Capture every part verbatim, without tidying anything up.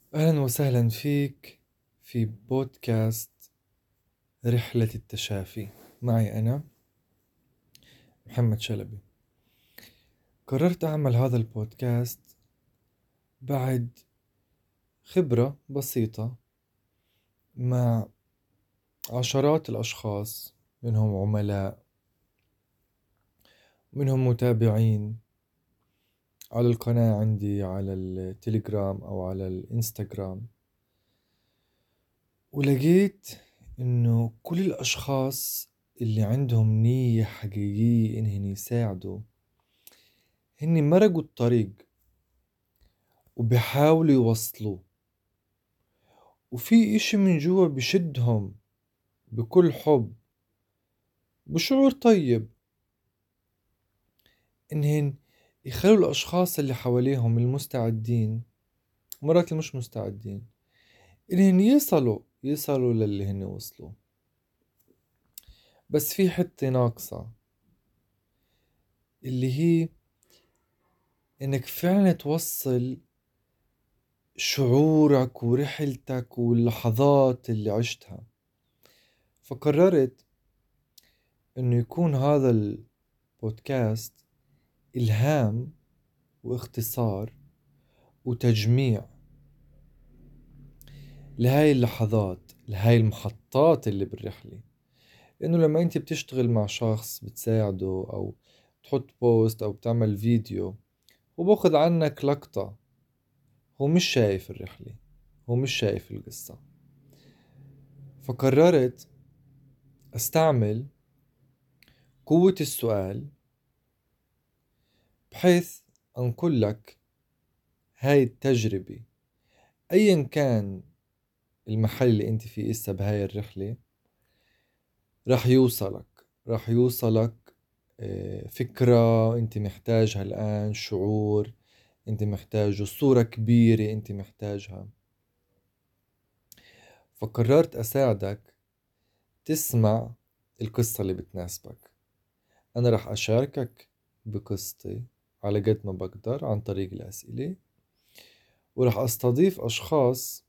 أهلا وسهلا فيك في بودكاست رحلة التشافي. معي أنا محمد شلبي. قررت أعمل هذا البودكاست بعد خبرة بسيطة مع عشرات الأشخاص، منهم عملاء، منهم متابعين على القناة عندي على التليجرام أو على الإنستغرام. ولقيت إنه كل الأشخاص اللي عندهم نية حقيقية إنهم يساعدوا هني مرقوا الطريق وبيحاولوا يوصلوا، وفي إشي من جوا بشدهم بكل حب بشعور طيب إنهن يخلوا الأشخاص اللي حواليهم المستعدين، مرات المش مستعدين، إنهن يصلوا يصلوا للي هن وصلوا. بس في حتة ناقصة، اللي هي إنك فعلا توصل شعورك ورحلتك واللحظات اللي عشتها. فقررت إنه يكون هذا البودكاست إلهام واختصار وتجميع لهاي اللحظات، لهاي المحطات اللي بالرحلة. لأنه لما أنت بتشتغل مع شخص بتساعده أو تحط بوست أو بتعمل فيديو، هو باخذ عنك لقطة، هو مش شايف الرحلة، هو مش شايف القصة. فقررت أستعمل قوة السؤال بحيث أنقل لك هاي التجربة، أيا كان المحل اللي أنت فيه إسا بهاي الرحلة. راح يوصلك راح يوصلك آه، فكرة أنت محتاجها الآن، شعور أنت محتاجه، صورة كبيرة أنت محتاجها. فقررت أساعدك تسمع القصة اللي بتناسبك. أنا راح أشاركك بقصتي على قد ما بقدر عن طريق الأسئلة، وراح أستضيف أشخاص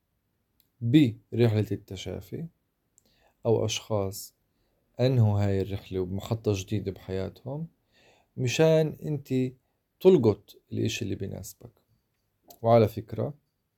برحلة التشافي أو أشخاص أنهوا هاي الرحلة وبمحطة جديدة بحياتهم، مشان انت تلقط الاشي اللي بيناسبك. وعلى فكرة،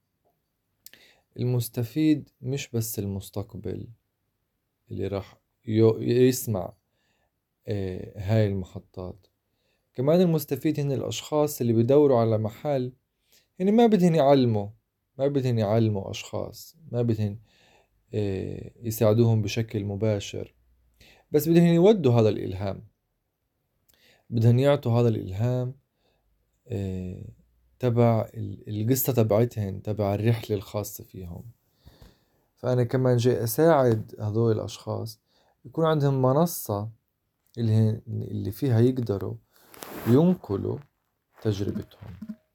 المستفيد مش بس المستقبل اللي راح يو- يسمع آه، هاي المحطات، كمان المستفيد هن الأشخاص اللي بيدوروا على محل. هن ما بدهن يعلموا ما بدهن يعلموا أشخاص، ما بدهن آه، يساعدوهم بشكل مباشر، بس بدهن يودوا هذا الإلهام، بدهن يعطوا هذا الإلهام آه، تبع ال- القصة تبعتهن، تبع الرحلة الخاصة فيهم. فأنا كمان جاي أساعد هذول الأشخاص يكون عندهم منصة اللي, هي اللي فيها يقدروا ينقلوا تجربتهم.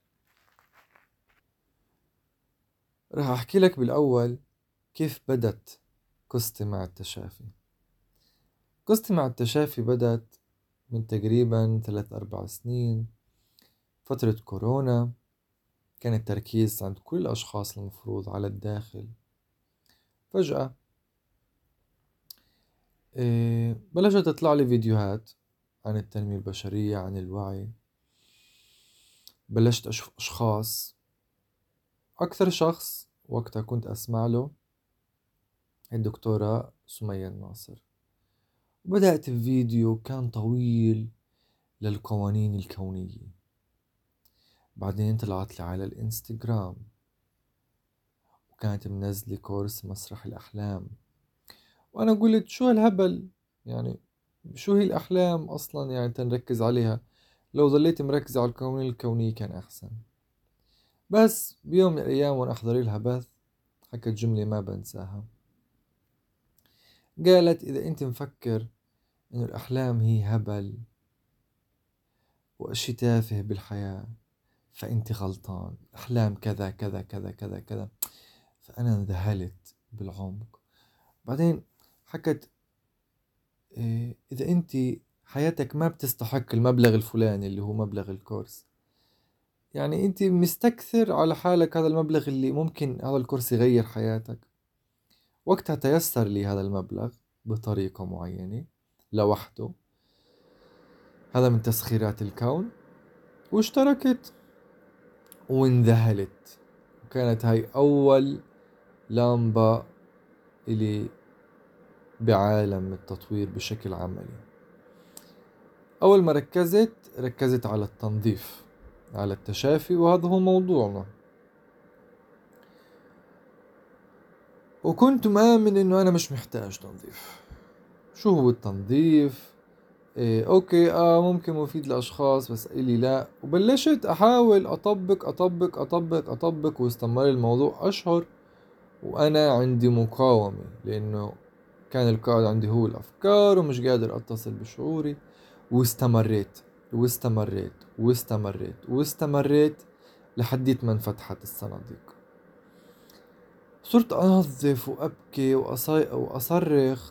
راح أحكي لك بالأول كيف بدت قصتي مع التشافي. قصتي مع التشافي بدت من تقريبا ثلاث أربع سنين، فترة كورونا. كان التركيز عند كل الأشخاص المفروض على الداخل. فجأة إيه بلشت تطلع لي فيديوهات عن التنمية البشرية، عن الوعي. بلشت أشوف أشخاص. أكثر شخص وقتها كنت أسمع له الدكتورة سمية الناصر. وبدأت الفيديو كان طويل للقوانين الكونية. بعدين طلعت لي على الإنستغرام وكانت منزلة كورس مسرح الأحلام، وأنا قلت شو هالهبل، يعني شو هي الأحلام أصلا يعني تنركز عليها؟ لو ظليت مركز على القوانين الكونية كان أحسن. بس بيوم من الأيام وأنا أحضر لها بث، حكت جملة ما بنساها. قالت إذا أنت مفكر إنه الأحلام هي هبل وأشي تافه بالحياة فأنت غلطان. أحلام كذا كذا كذا كذا كذا. فأنا انذهلت بالعمق. بعدين حكت إيه، إذا أنت حياتك ما بتستحق المبلغ الفلاني اللي هو مبلغ الكورس، يعني أنت مستكثر على حالك هذا المبلغ اللي ممكن هذا الكورس يغير حياتك. وقتها تيسر لي هذا المبلغ بطريقة معينة لوحده، هذا من تسخيرات الكون، واشتركت وانذهلت. وكانت هاي أول لامبة إلي بعالم التطوير بشكل عملي. أول ما ركزت ركزت على التنظيف، على التشافي، وهذا هو موضوعنا. وكنت مآمن إنه أنا مش محتاج تنظيف. شو هو التنظيف؟ إيه أوكي آه ممكن مفيد لأشخاص بس إلي لا. وبلشت أحاول أطبق أطبق أطبق أطبق واستمر الموضوع أشهر وأنا عندي مقاومة، لأنه كان القائد عندي هو الأفكار ومش قادر أتصل بشعوري. واستمريت واستمريت واستمريت واستمريت لحديت ما انفتحت الصناديق. صرت أنظف وأبكي وأصي... وأصرخ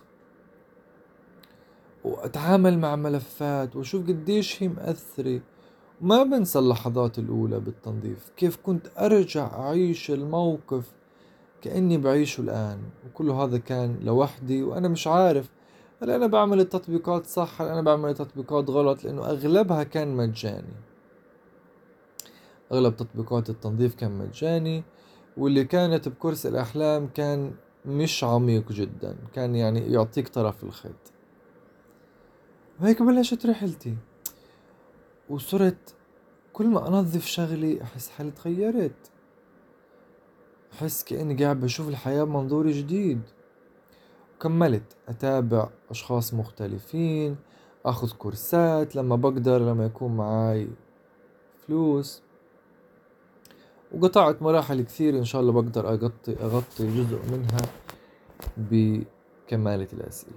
وأتعامل مع ملفات وأشوف قديش هي مأثرة. وما بنسى اللحظات الأولى بالتنظيف، كيف كنت أرجع أعيش الموقف كأني بعيشه الآن، وكل هذا كان لوحدي وأنا مش عارف هل أنا بعمل التطبيقات صح هل أنا بعمل التطبيقات غلط، لأنه أغلبها كان مجاني. أغلب تطبيقات التنظيف كان مجاني، واللي كانت بكرسي الأحلام كان مش عميق جدا، كان يعني يعطيك طرف الخيط. وهيك بلشت رحلتي، وصرت كل ما أنظف شغلي أحس حالي تغيرت، أحس كأني قاعد بشوف الحياة بمنظور جديد. وكملت أتابع أشخاص مختلفين، أخذ كورسات لما بقدر، لما يكون معاي فلوس. وقطعت مراحل كثير إن شاء الله بقدر أغطي, أغطي جزء منها بكمالة الأسئلة.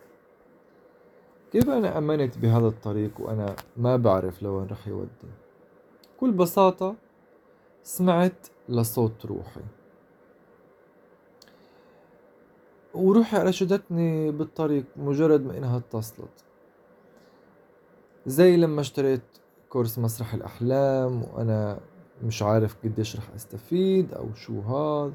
كيف أنا أمنت بهذا الطريق وأنا ما بعرف لوين رح يودي؟ بكل بساطة سمعت لصوت روحي، وروحي أرشدتني بالطريق مجرد ما إنها اتصلت. زي لما اشتريت كورس مسرح الأحلام وأنا مش عارف قديش رح أستفيد أو شو هذا.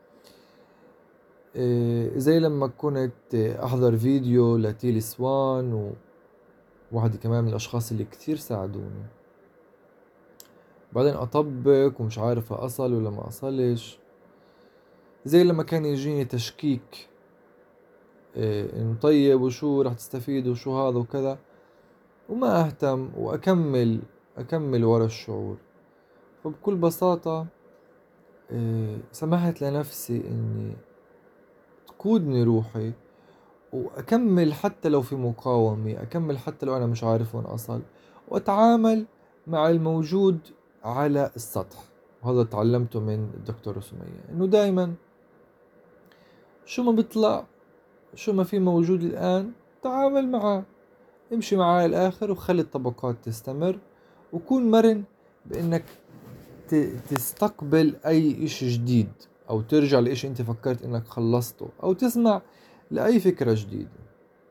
إيه زي لما كنت أحضر فيديو لتيلي سوان، وواحد كمان من الأشخاص اللي كتير ساعدوني. بعدين أطبق ومش عارف أصل ولا ما أصلش. زي لما كان يجيني تشكيك إيه إنه طيب وشو رح تستفيد وشو هذا وكذا، وما أهتم وأكمل أكمل ورا الشعور. فبكل بساطة إيه سمحت لنفسي إني تقودني روحي وأكمل حتى لو في مقاومة، أكمل حتى لو أنا مش عارف وين أصل، وأتعامل مع الموجود على السطح. وهذا تعلمته من الدكتور سمية، إنه دايما شو ما بيطلع شو ما في موجود الآن تعامل معه، امشي معاه الآخر وخلي الطبقات تستمر، وكون مرن بإنك تستقبل أي إشي جديد، أو ترجع لإشي أنت فكرت إنك خلصته، أو تسمع لأي فكرة جديدة.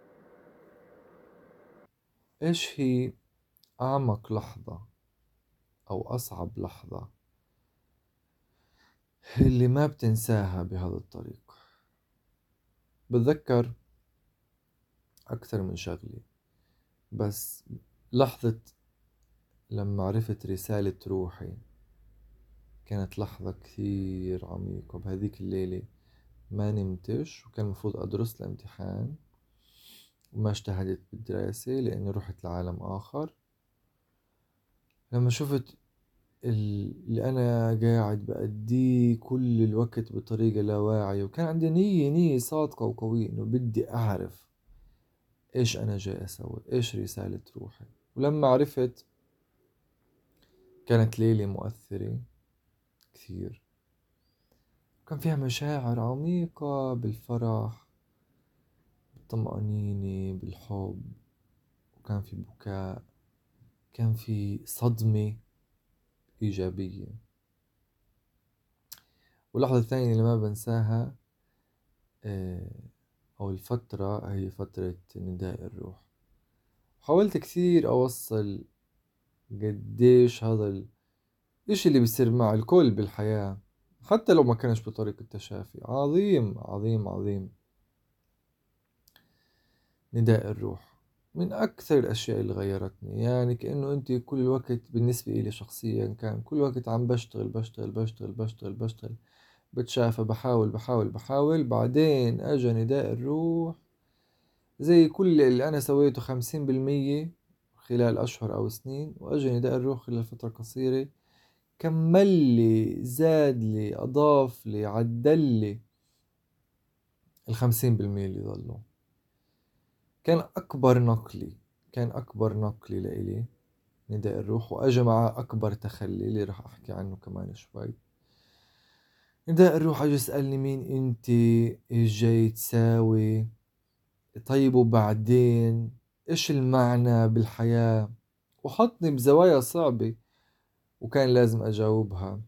إيش هي أعمق لحظة أو أصعب لحظة اللي ما بتنساها بهذا الطريق؟ بتذكر أكثر من شغلة، بس لحظة لما عرفت رسالة روحي كانت لحظة كثير عميقة. بهذيك الليلة ما نمتش، وكان المفروض أدرس الامتحان وما اجتهدت بالدراسة لأني رحت لعالم آخر. لما شفت اللي أنا قاعد بأديه كل الوقت بطريقة لا واعية، وكان عندي نية نية صادقة وقوية إنه بدي أعرف إيش أنا جاي أسوي، إيش رسالة روحي. ولما عرفت كانت ليلة مؤثرة كثير، كان فيها مشاعر عميقة بالفرح، بالطمأنينة، بالحب، وكان في بكاء، كان في صدمة إيجابية. واللحظة الثانية اللي ما بنساها آه، أو الفترة هي فترة نداء الروح. حاولت كثير أوصل قديش هذا إشي اللي بيصير مع الكل بالحياة، حتى لو ما كانش بطريقة التشافي، عظيم عظيم عظيم. نداء الروح من أكثر الأشياء اللي غيرتني، يعني كأنه أنت كل الوقت بالنسبة إلي شخصيا كان كل الوقت عم بشتغل بشتغل بشتغل بشتغل بشتغل بتشافى، بحاول بحاول بحاول بعدين أجا نداء الروح زي كل اللي أنا سويته خمسين بالمية خلال أشهر أو سنين، وأجا نداء الروح خلال فترة قصيرة كمل لي زاد لي أضاف لي عدل لي الخمسين بالمية اللي ظلوا. كان أكبر نقلي كان أكبر نقلي لإلي نداء الروح، وأجا معاه أكبر تخلي اللي رح أحكي عنه كمان شوي. نداء الروح أجا يسألني مين أنت، إيش جاي تساوي، طيب وبعدين إيش المعنى بالحياة، وحطني بزوايا صعبة وكان لازم أجاوبها.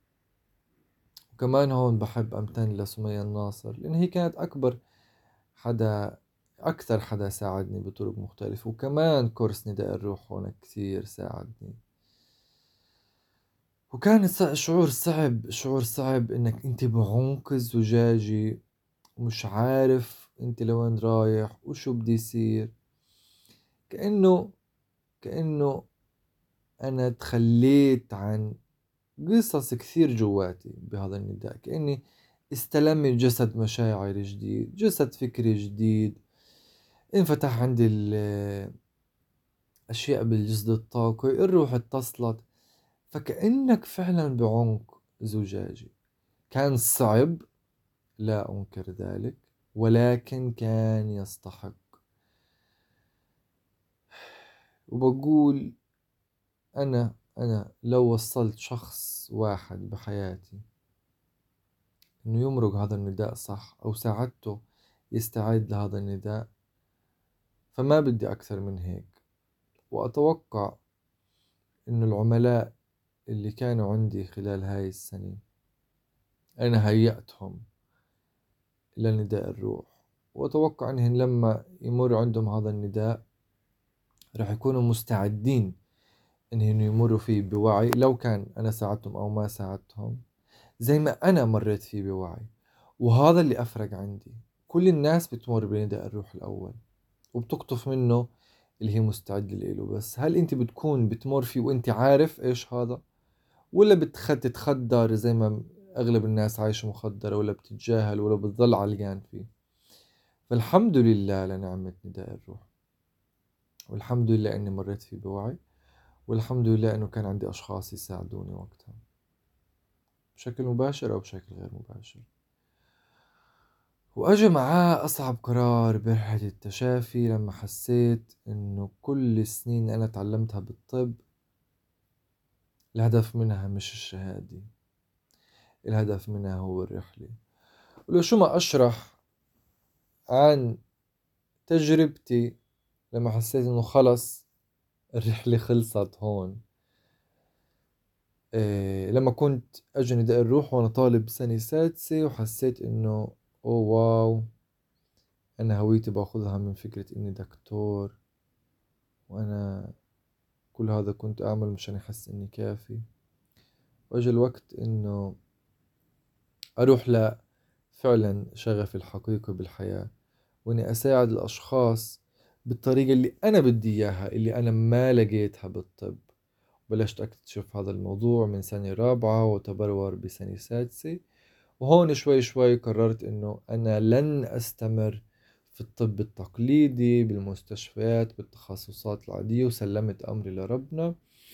وكمان هون بحب أمتن لسمية الناصر لأن هي كانت أكبر حدا أكثر حدا ساعدني بطرق مختلفة، وكمان كورس نداء الروح هون كثير ساعدني. وكان ص- شعور صعب شعور صعب إنك أنت بعمق الزجاجة ومش عارف أنت لوين رايح وشو بدي يصير. كأنه كأنه أنا تخليت عن قصص كثير جواتي بهذا النداء، كأني استلمت جسد مشاعري جديد، جسد فكري جديد، انفتح عندي الأشياء بالجسد الطاقي، الروح اتصلت، فكأنك فعلا بعمق زجاجي. كان صعب، لا أنكر ذلك، ولكن كان يستحق. وبقول أنا أنا لو وصلت شخص واحد بحياتي إنه يمرق هذا النداء صح، أو ساعدته يستعد لهذا النداء، فما بدي أكثر من هيك. وأتوقع إنه العملاء اللي كانوا عندي خلال هاي السنة أنا هيأتهم لنداء الروح، وأتوقع إنهم لما يمر عندهم هذا النداء رح يكونوا مستعدين إنهم يمروا فيه بوعي، لو كان أنا ساعدتهم أو ما ساعدتهم، زي ما أنا مريت فيه بوعي. وهذا اللي أفرق عندي. كل الناس بتمر بنداء الروح الأول وبتقطف منه اللي هي مستعد له، بس هل أنت بتكون بتمر فيه وأنت عارف إيش هذا، ولا بتخد تتخدر زي ما أغلب الناس عايشة مخدرة، ولا بتتجاهل، ولا بتضل علقان فيه؟ فالحمد لله لنعمة نداء الروح، والحمد لله أني مريت فيه بوعي، والحمد لله أنه كان عندي أشخاص يساعدوني وقتها بشكل مباشر أو بشكل غير مباشر. وأجى معاه أصعب قرار برحلة التشافي لما حسيت إنه كل السنين أنا تعلمتها بالطب الهدف منها مش الشهادة، الهدف منها هو الرحلة. ولو شو ما أشرح عن تجربتي لما حسيت إنه خلص الرحلة خلصت هون. إيه لما كنت أجي نداء الروح وأنا طالب سنة سادسة وحسيت إنه أوه واو، أنا هويتي باخذها من فكرة إني دكتور، وأنا كل هذا كنت أعمل مشان أحس إني كافي. وأجى الوقت إنه أروح لفعلا شغفي الحقيقي بالحياة، وإني أساعد الأشخاص بالطريقة اللي أنا بدي إياها، اللي أنا ما لقيتها بالطب. بلشت أكتشف هذا الموضوع من سنة رابعة وتبرور بسنة سادسة، وهون شوي شوي قررت إنه أنا لن أستمر في الطب التقليدي بالمستشفيات بالتخصصات العادية، وسلمت أمري لربنا.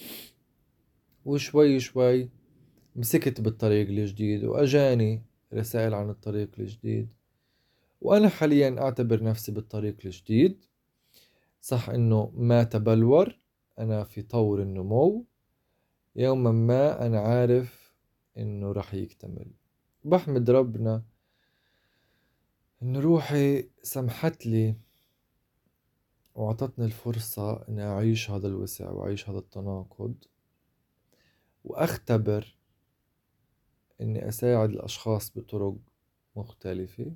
وشوي شوي مسكت بالطريق الجديد، وأجاني رسائل عن الطريق الجديد، وأنا حاليا أعتبر نفسي بالطريق الجديد. صح إنه ما تبلور، أنا في طور النمو، يوما ما أنا عارف إنه رح يكتمل. بحمد ربنا إن روحي سمحت لي وأعطتني الفرصة إني أعيش هذا الوسع وأعيش هذا التناقض، وأختبر إني أساعد الأشخاص بطرق مختلفة.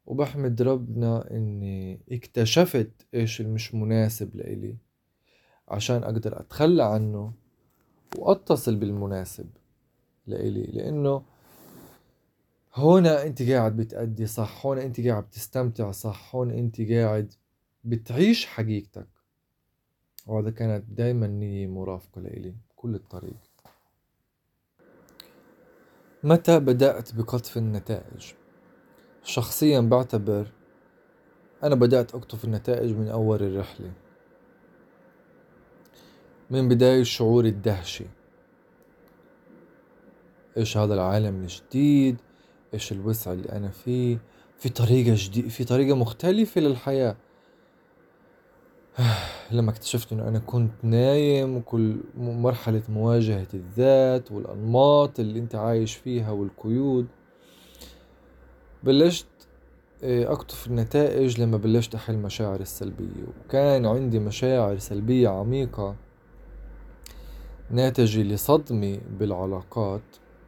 وبحمد ربنا إني اكتشفت إيش المش مناسب لإلي عشان أقدر أتخلى عنه وأتصل بالمناسب لإلي، لأنه هنا أنت قاعد بتأدي صح، هنا أنت قاعد بتستمتع صح، هنا أنت قاعد بتعيش حقيقتك. وهذا كانت دايما نية مرافقة لإلي كل الطريق. متى بدأت بقطف النتائج؟ شخصيا بعتبر أنا بدأت أقطف النتائج من أول الرحلة، من بداية شعور الدهشة. إيش هذا العالم الجديد؟ إيش الوسع اللي أنا فيه؟ في طريقة جديدة، في طريقة مختلفة للحياة. لما اكتشفت إنه أنا كنت نايم، وكل مرحلة مواجهة الذات والأنماط اللي أنت عايش فيها والقيود، بلشت أقطف النتائج لما بلشت أحل مشاعر السلبية. وكان عندي مشاعر سلبية عميقة ناتجة لصدمة بالعلاقات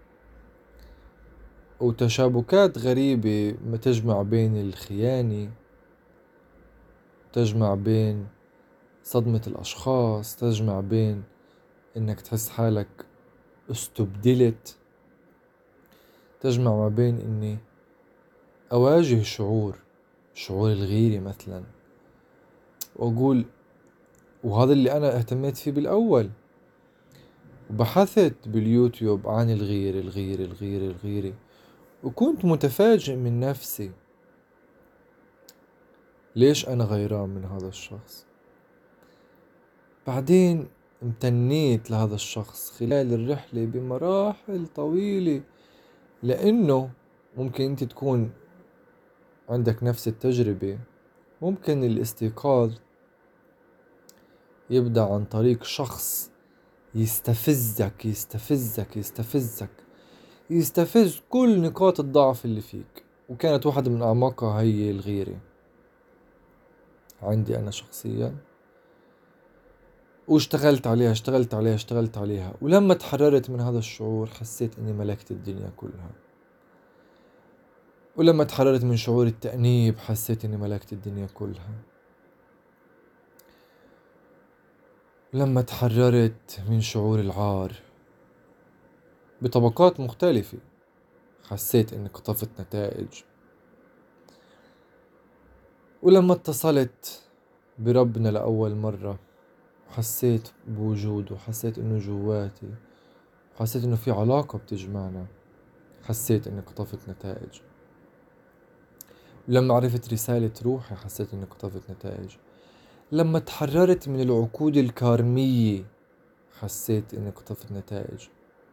وتشابكات غريبة ما تجمع بين الخيانة، تجمع بين صدمة الأشخاص، تجمع بين إنك تحس حالك استبدلت، تجمع ما بين إني أواجه شعور شعور الغيرة مثلا، وأقول وهذا اللي أنا اهتميت فيه بالأول. وبحثت باليوتيوب عن الغيرة الغيرة الغيرة الغيرة، وكنت متفاجئ من نفسي. ليش أنا غيران من هذا الشخص؟ بعدين امتنيت لهذا الشخص خلال الرحلة بمراحل طويلة، لأنه ممكن أنت تكون عندك نفس التجربة. ممكن الاستيقاظ يبدأ عن طريق شخص يستفزك يستفزك يستفزك يستفز كل نقاط الضعف اللي فيك، وكانت واحدة من أعماقها هي الغيرة عندي أنا شخصيا. واشتغلت عليها اشتغلت عليها اشتغلت عليها ولما تحررت من هذا الشعور حسيت اني ملكت الدنيا كلها. ولما تحررت من شعور التأنيب حسيت اني ملكت الدنيا كلها. لما تحررت من شعور العار بطبقات مختلفة حسيت اني قطفت نتائج. ولما اتصلت بربنا لأول مرة حسيت بوجوده، حسيت انه جواتي، حسيت انه في علاقة بتجمعنا، حسيت اني قطفت نتائج. لما عرفت رسالة روحي حسيت اني قطفت نتائج. لما تحررت من العقود الكارمية حسيت اني قطفت نتائج.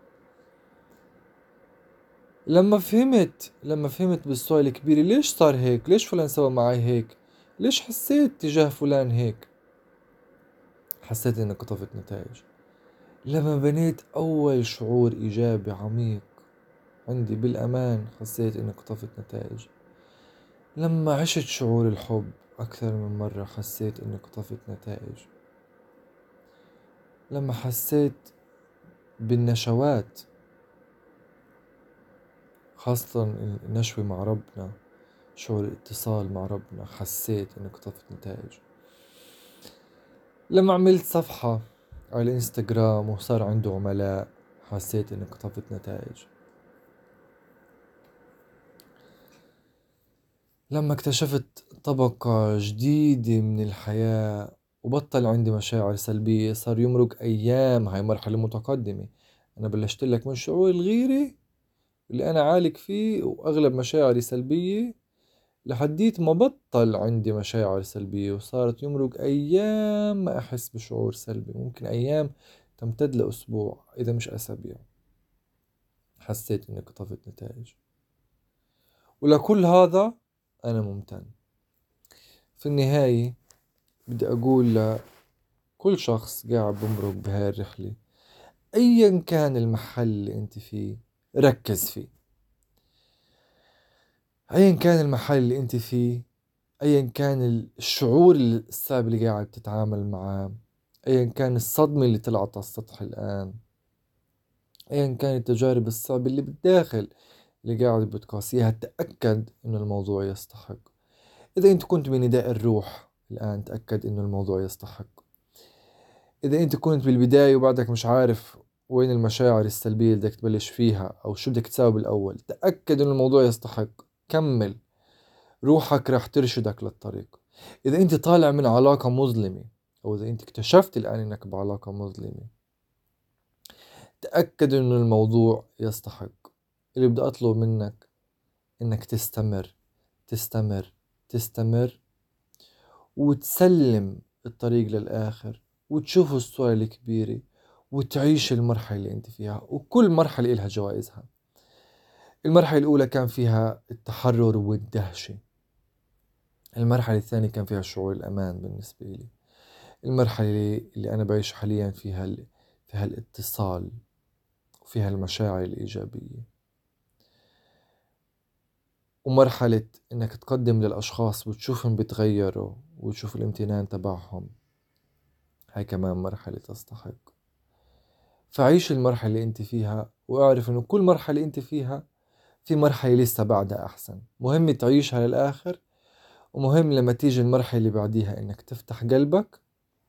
لما فهمت لما فهمت بالصورة الكبيرة ليش صار هيك، ليش فلان سوى معي هيك، ليش حسيت تجاه فلان هيك، حسيت اني قطفت نتائج. لما بنيت اول شعور ايجابي عميق عندي بالامان حسيت اني قطفت نتائج. لما عشت شعور الحب اكثر من مرة حسيت اني قطفت نتائج. لما حسيت بالنشوات خاصة النشوة مع ربنا، شعور الاتصال مع ربنا، حسيت اني قطفت نتائج. لما عملت صفحة على الانستغرام وصار عنده عملاء حسيت اني قطفت نتائج. لما اكتشفت طبقة جديدة من الحياة وبطل عندي مشاعر سلبية، صار يمرق أيام، هاي مرحلة متقدمة. أنا بلشت لك من شعور الغيرة اللي أنا عالق فيه وأغلب مشاعري سلبية، لحديت ما بطل عندي مشاعر سلبية وصارت يمرق أيام ما أحس بشعور سلبي، ممكن أيام تمتد لأسبوع إذا مش أسابيع. حسيت إني قطفت نتائج. ولكل هذا أنا ممتن. في النهاية بدي أقول لكل شخص قاعد بمرق بهاي الرحلة، أيا كان المحل اللي أنت فيه ركز فيه. أيا كان المحل اللي أنت فيه، أيا كان الشعور الصعب اللي قاعد تتعامل معاه، أيا كان الصدمة اللي طلعت على السطح الآن، أيا كان التجارب الصعبة اللي بالداخل اللي قاعد بتقاسيها، تأكد إنه الموضوع يستحق. إذا أنت كنت بنداء الروح الآن تأكد إنه الموضوع يستحق. إذا أنت كنت بالبداية وبعدك مش عارف وين المشاعر السلبية اللي بدك تبلش فيها أو شو بدك تساوي بالأول، تأكد إنه الموضوع يستحق، كمل، روحك رح ترشدك للطريق. إذا أنت طالع من علاقة مظلمة أو إذا أنت اكتشفت الآن إنك بعلاقة مظلمة، تأكد إنه الموضوع يستحق. اللي بدي أطلب منك إنك تستمر تستمر تستمر وتسلم الطريق للآخر وتشوف الصورة الكبيرة وتعيش المرحلة اللي أنت فيها، وكل مرحلة إلها جوائزها. المرحلة الأولى كان فيها التحرر والدهشة، المرحلة الثانية كان فيها شعور الأمان بالنسبة لي، المرحلة اللي أنا بعيش حاليا فيها ال... فيها الاتصال وفيها المشاعر الإيجابية، ومرحلة إنك تقدم للأشخاص وتشوفهم بتغيروا وتشوف الامتنان تبعهم، هاي كمان مرحلة تستحق. فعيش المرحلة اللي انت فيها واعرف انه كل مرحلة انت فيها في مرحلة لسه بعدها أحسن. مهم تعيشها للآخر، ومهم لما تيجي المرحلة اللي بعديها إنك تفتح قلبك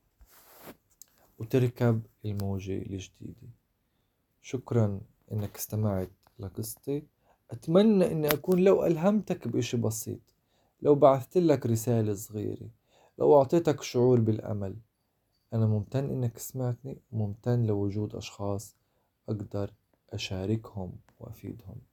وتركب الموجة الجديدة. شكرا إنك استمعت لقصتي. أتمنى إني أكون لو ألهمتك بإشي بسيط، لو بعثت لك رسالة صغيرة، لو أعطيتك شعور بالأمل. أنا ممتن إنك سمعتني، وممتن لوجود أشخاص أقدر أشاركهم وأفيدهم.